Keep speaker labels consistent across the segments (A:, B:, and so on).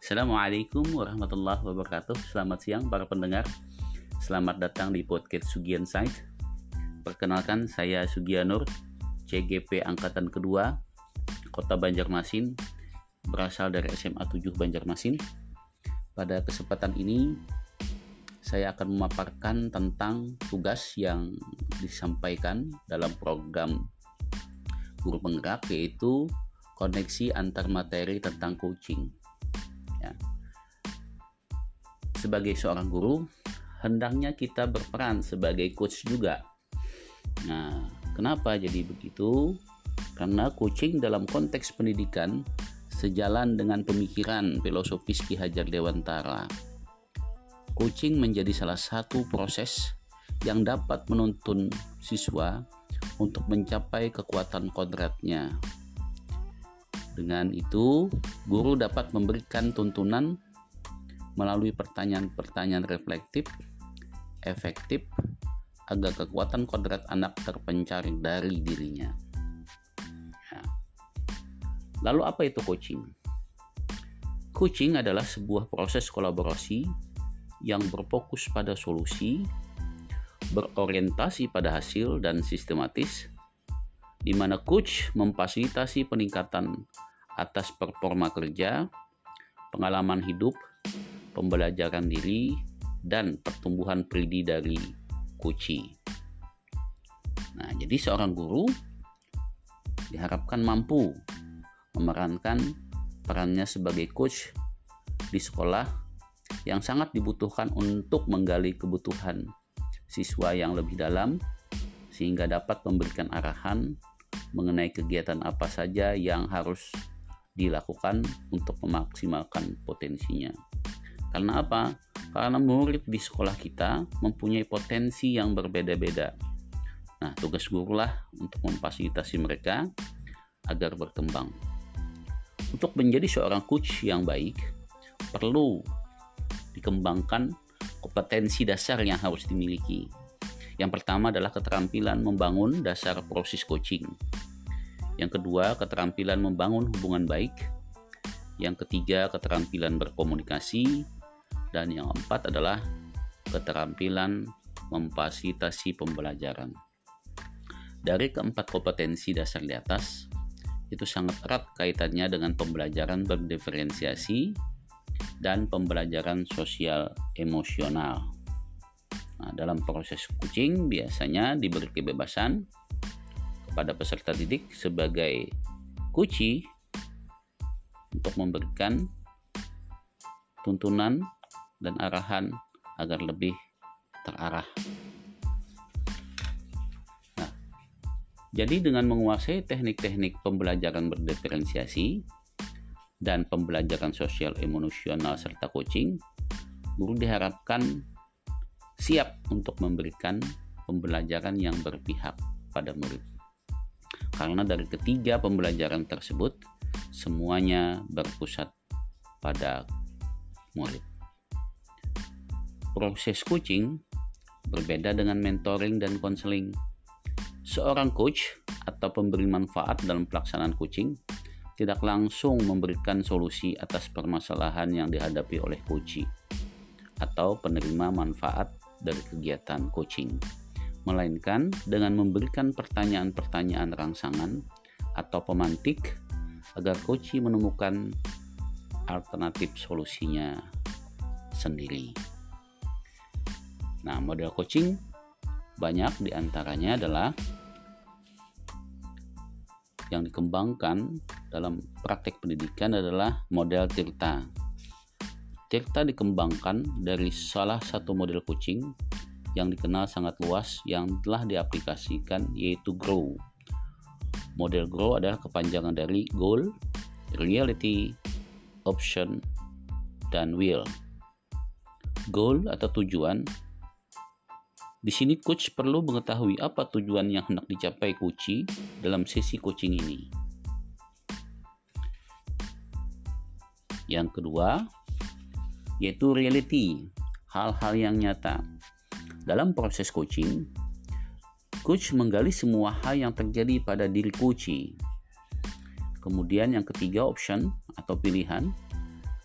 A: Assalamualaikum warahmatullahi wabarakatuh. Selamat siang para pendengar. Selamat datang di podcast Sugian Site. Perkenalkan, saya Sugianur, CGP Angkatan Kedua, Kota Banjarmasin, berasal dari SMA 7 Banjarmasin. Pada kesempatan ini, saya akan memaparkan tentang tugas yang disampaikan dalam program Guru Penggerak, yaitu koneksi antar materi tentang coaching. Sebagai seorang guru, hendaknya kita berperan sebagai coach juga. Nah, kenapa jadi begitu? Karena coaching dalam konteks pendidikan sejalan dengan pemikiran filosofis Ki Hajar Dewantara. Coaching menjadi salah satu proses yang dapat menuntun siswa untuk mencapai kekuatan kodratnya. Dengan itu, guru dapat memberikan tuntunan melalui pertanyaan-pertanyaan reflektif, efektif, agar kekuatan kodrat anak terpencar dari dirinya. Lalu apa itu coaching? Coaching adalah sebuah proses kolaborasi yang berfokus pada solusi, berorientasi pada hasil dan sistematis, di mana coach memfasilitasi peningkatan atas performa kerja, pengalaman hidup, pembelajaran diri, dan pertumbuhan pribadi dari coachee. Nah, jadi seorang guru diharapkan mampu memerankan perannya sebagai coach di sekolah yang sangat dibutuhkan untuk menggali kebutuhan siswa yang lebih dalam, sehingga dapat memberikan arahan mengenai kegiatan apa saja yang harus dilakukan untuk memaksimalkan potensinya. Karena apa? Karena murid di sekolah kita mempunyai potensi yang berbeda-beda. Nah, tugas gurulah untuk memfasilitasi mereka agar berkembang. Untuk menjadi seorang coach yang baik, perlu dikembangkan kompetensi dasar yang harus dimiliki. Yang pertama adalah keterampilan membangun dasar proses coaching. Yang kedua, keterampilan membangun hubungan baik. Yang ketiga, keterampilan berkomunikasi. Dan yang keempat adalah keterampilan memfasilitasi pembelajaran. Dari keempat kompetensi dasar di atas, itu sangat erat kaitannya dengan pembelajaran berdiferensiasi dan pembelajaran sosial emosional. Nah, dalam proses coaching biasanya diberi kebebasan kepada peserta didik sebagai coachee untuk memberikan tuntunan dan arahan agar lebih terarah. Nah, jadi dengan menguasai teknik-teknik pembelajaran berdiferensiasi dan pembelajaran sosial emosional serta coaching, guru diharapkan siap untuk memberikan pembelajaran yang berpihak pada murid. Karena dari ketiga pembelajaran tersebut, semuanya berpusat pada murid. Proses coaching berbeda dengan mentoring dan konseling. Seorang coach atau pemberi manfaat dalam pelaksanaan coaching tidak langsung memberikan solusi atas permasalahan yang dihadapi oleh coachee atau penerima manfaat dari kegiatan coaching, melainkan dengan memberikan pertanyaan-pertanyaan rangsangan atau pemantik agar coachee menemukan alternatif solusinya sendiri. Nah, model coaching banyak diantaranya adalah yang dikembangkan dalam praktek pendidikan adalah model Tirta. Tirta dikembangkan dari salah satu model coaching yang dikenal sangat luas yang telah diaplikasikan, yaitu GROW. Model GROW adalah kepanjangan dari Goal, Reality, Option, dan Will. Goal atau tujuan. Di sini coach perlu mengetahui apa tujuan yang hendak dicapai coachee dalam sesi coaching ini. Yang kedua, yaitu reality, hal-hal yang nyata. Dalam proses coaching, coach menggali semua hal yang terjadi pada diri coachee. Kemudian yang ketiga, option atau pilihan.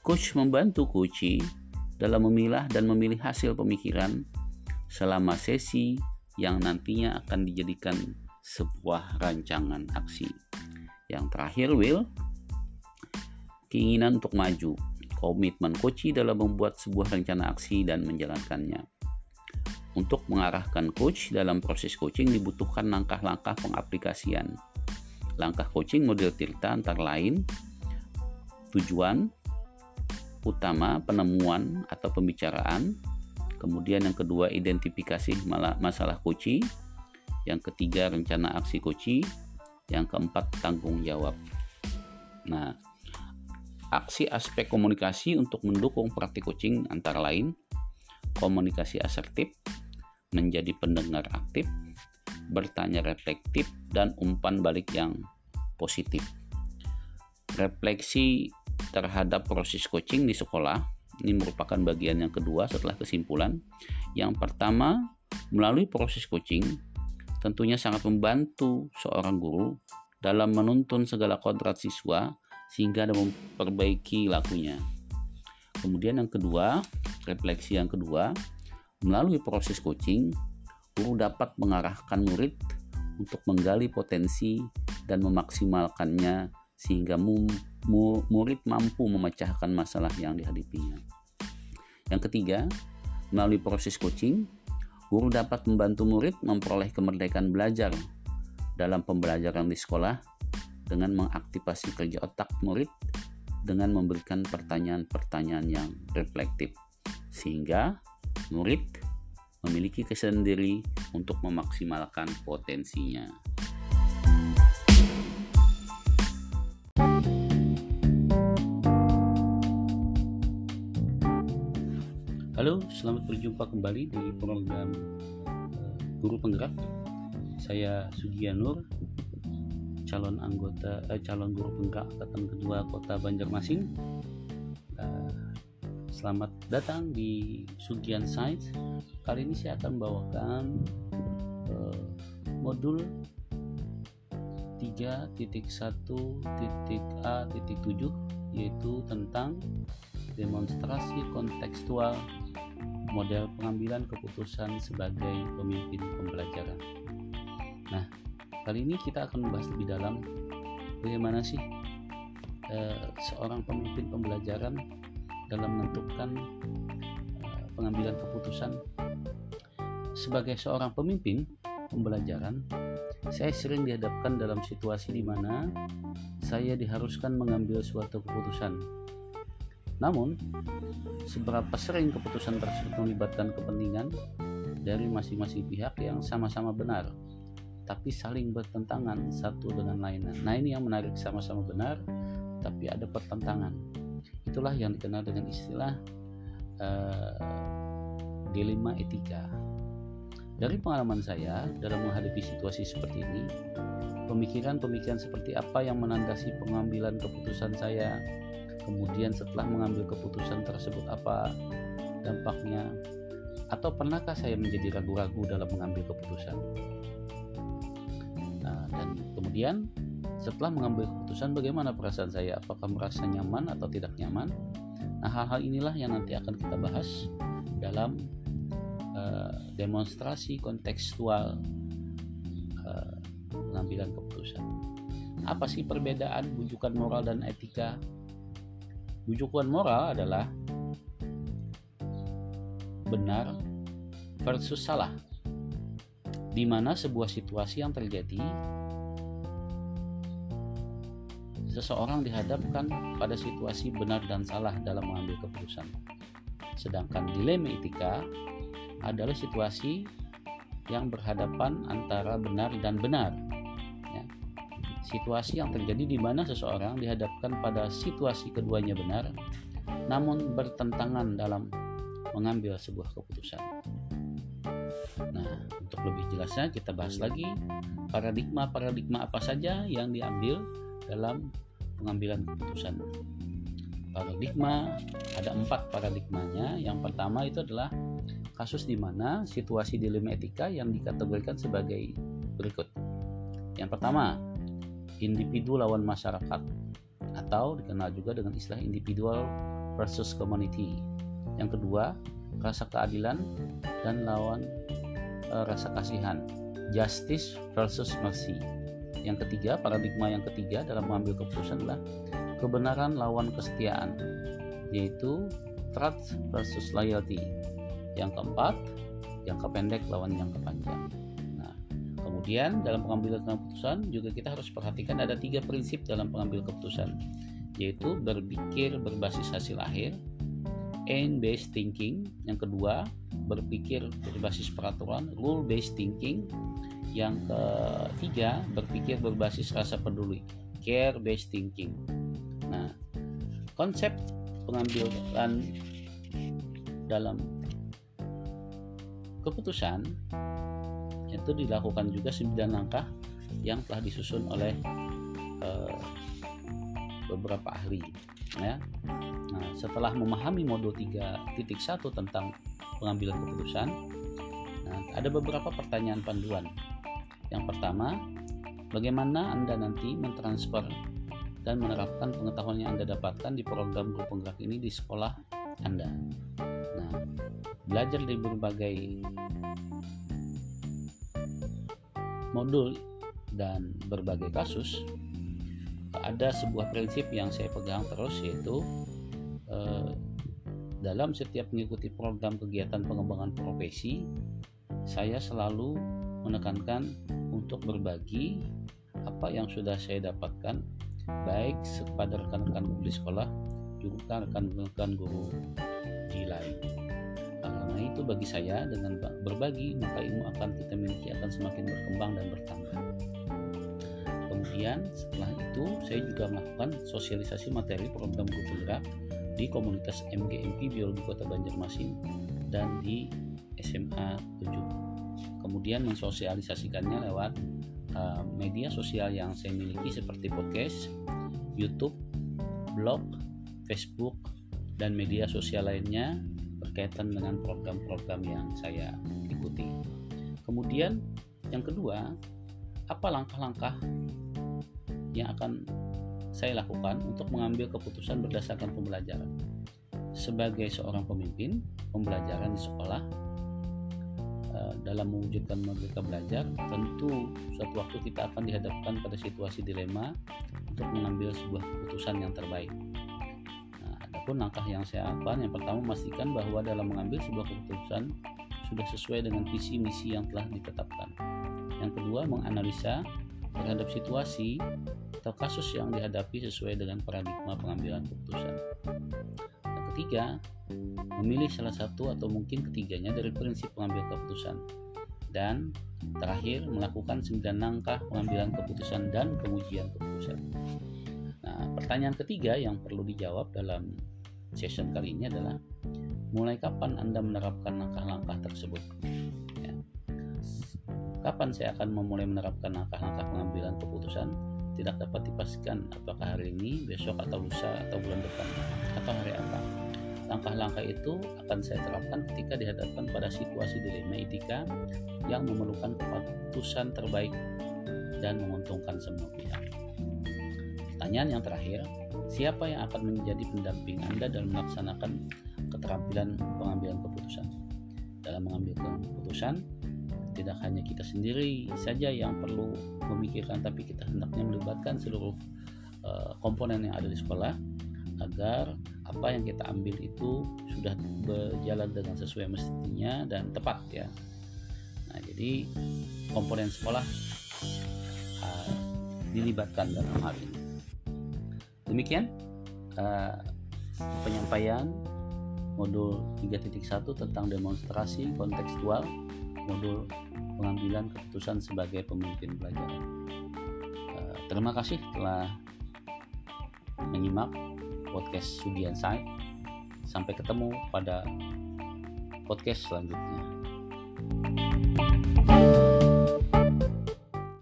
A: Coach membantu coachee dalam memilah dan memilih hasil pemikiran selama sesi yang nantinya akan dijadikan sebuah rancangan aksi. Yang terakhir, Will, keinginan untuk maju, komitmen coachee dalam membuat sebuah rencana aksi dan menjalankannya. Untuk mengarahkan coach dalam proses coaching dibutuhkan langkah-langkah pengaplikasian. Langkah coaching model Tirta antara lain tujuan utama, penemuan atau pembicaraan. Kemudian yang kedua, identifikasi masalah coachee. Yang ketiga, rencana aksi coachee. Yang keempat, tanggung jawab. Nah, aksi aspek komunikasi untuk mendukung praktik coaching antara lain komunikasi asertif, menjadi pendengar aktif, bertanya reflektif, dan umpan balik yang positif. Refleksi terhadap proses coaching di sekolah ini merupakan bagian yang kedua setelah kesimpulan. Yang pertama, melalui proses coaching tentunya sangat membantu seorang guru dalam menuntun segala kodrat siswa sehingga memperbaiki lakunya. Kemudian yang kedua, refleksi yang kedua, melalui proses coaching guru dapat mengarahkan murid untuk menggali potensi dan memaksimalkannya sehingga murid mampu memecahkan masalah yang dihadapinya. Yang ketiga, melalui proses coaching, guru dapat membantu murid memperoleh kemerdekaan belajar dalam pembelajaran di sekolah dengan mengaktifasi kerja otak murid dengan memberikan pertanyaan-pertanyaan yang reflektif, sehingga murid memiliki kesadaran diri untuk memaksimalkan potensinya. Halo, selamat berjumpa kembali di program Guru Penggerak. Saya Sugianur, calon guru penggerak angkatan kedua Kota Banjarmasin. Selamat datang di Sugian Science. Kali ini saya akan membawakan modul 3.1.A.7 yaitu tentang demonstrasi kontekstual model pengambilan keputusan sebagai pemimpin pembelajaran. Nah, kali ini kita akan membahas lebih dalam bagaimana sih seorang pemimpin pembelajaran dalam menentukan pengambilan keputusan. Sebagai seorang pemimpin pembelajaran, saya sering dihadapkan dalam situasi di mana saya diharuskan mengambil suatu keputusan. Namun, seberapa sering keputusan tersebut melibatkan kepentingan dari masing-masing pihak yang sama-sama benar, tapi saling bertentangan satu dengan lainnya. Nah, ini yang menarik, sama-sama benar, tapi ada pertentangan. Itulah yang dikenal dengan istilah dilema etika. Dari pengalaman saya dalam menghadapi situasi seperti ini, pemikiran-pemikiran seperti apa yang menandasi pengambilan keputusan saya, kemudian setelah mengambil keputusan tersebut apa dampaknya, atau pernahkah saya menjadi ragu-ragu dalam mengambil keputusan. Nah, dan kemudian setelah mengambil keputusan bagaimana perasaan saya, apakah merasa nyaman atau tidak nyaman. Nah, hal-hal inilah yang nanti akan kita bahas dalam demonstrasi kontekstual pengambilan keputusan. Apa sih perbedaan bujukan moral dan etika? Bujukan moral adalah benar versus salah, di mana sebuah situasi yang terjadi, seseorang dihadapkan pada situasi benar dan salah dalam mengambil keputusan. Sedangkan dilema etika adalah situasi yang berhadapan antara benar dan benar. Situasi yang terjadi di mana seseorang dihadapkan pada situasi keduanya benar, namun bertentangan dalam mengambil sebuah keputusan. Nah, untuk lebih jelasnya kita bahas lagi paradigma apa saja yang diambil dalam pengambilan keputusan. Paradigma, ada 4 paradigmanya. Yang pertama itu adalah kasus di mana situasi dilema etika yang dikategorikan sebagai berikut. Yang pertama, individu lawan masyarakat, atau dikenal juga dengan istilah individual versus community. Yang kedua, rasa keadilan dan lawan rasa kasihan, justice versus mercy. Yang ketiga, paradigma yang ketiga dalam mengambil keputusan adalah kebenaran lawan kesetiaan, yaitu truth versus loyalty. Yang keempat, jangka pendek lawan jangka panjang. Nah, kemudian dalam pengambilan keputusan juga kita harus perhatikan ada 3 prinsip dalam pengambil keputusan, yaitu berpikir berbasis hasil akhir, aim based thinking. Yang kedua, berpikir berbasis peraturan, rule based thinking. Yang ketiga, berpikir berbasis rasa peduli, care based thinking. Nah, konsep pengambilan dalam keputusan itu dilakukan juga 9 langkah yang telah disusun oleh beberapa ahli ya. Nah, setelah memahami modul 3.1 tentang pengambilan keputusan, nah, ada beberapa pertanyaan panduan. Yang pertama, bagaimana Anda nanti mentransfer dan menerapkan pengetahuan yang Anda dapatkan di program guru penggerak ini di sekolah Anda. Nah, belajar dari berbagai modul dan berbagai kasus, ada sebuah prinsip yang saya pegang terus, yaitu dalam setiap mengikuti program kegiatan pengembangan profesi, saya selalu menekankan untuk berbagi apa yang sudah saya dapatkan, baik kepada rekan-rekan guru di sekolah juga rekan-rekan guru di lain. Karena itu bagi saya, dengan berbagi maka ilmu akan kita miliki akan semakin berkembang dan bertambah. Kemudian setelah itu saya juga melakukan sosialisasi materi program guru penggerak di komunitas MGMP Biologi Kota Banjarmasin dan di SMA 7. Kemudian mensosialisasikannya lewat media sosial yang saya miliki seperti podcast, YouTube, blog, Facebook, dan media sosial lainnya berkaitan dengan program-program yang saya ikuti. Kemudian yang kedua, apa langkah-langkah yang akan saya lakukan untuk mengambil keputusan berdasarkan pembelajaran. Sebagai seorang pemimpin pembelajaran di sekolah, dalam mewujudkan merdeka belajar, tentu suatu waktu kita akan dihadapkan pada situasi dilema untuk mengambil sebuah keputusan yang terbaik. Nah, adapun langkah yang saya lakukan, yang pertama, memastikan bahwa dalam mengambil sebuah keputusan sudah sesuai dengan visi misi yang telah ditetapkan. Yang kedua, menganalisa terhadap situasi atau kasus yang dihadapi sesuai dengan paradigma pengambilan keputusan. Yang ketiga, memilih salah satu atau mungkin ketiganya dari prinsip pengambil keputusan. Dan terakhir, melakukan 9 langkah pengambilan keputusan dan pengujian keputusan. Nah, pertanyaan ketiga yang perlu dijawab dalam session kali ini adalah, mulai kapan Anda menerapkan langkah-langkah tersebut? Ya. Kapan saya akan memulai menerapkan langkah-langkah pengambilan keputusan? Tidak dapat dipastikan apakah hari ini, besok, atau lusa, atau bulan depan, atau hari apa. Langkah-langkah itu akan saya terapkan ketika dihadapkan pada situasi dilema etika yang memerlukan keputusan terbaik dan menguntungkan semua pihak. Pertanyaan yang terakhir, siapa yang akan menjadi pendamping Anda dalam melaksanakan keterampilan pengambilan keputusan? Dalam mengambil keputusan, tidak hanya kita sendiri saja yang perlu memikirkan, tapi kita hendaknya melibatkan seluruh komponen yang ada di sekolah agar apa yang kita ambil itu sudah berjalan dengan sesuai mestinya dan tepat ya. Nah, jadi komponen sekolah dilibatkan dalam hal ini. Demikian penyampaian modul 3.1 tentang demonstrasi kontekstual modul pengambilan keputusan sebagai pemimpin pelajaran. Terima kasih telah menyimak podcast Sudian Said. Sampai ketemu pada podcast selanjutnya.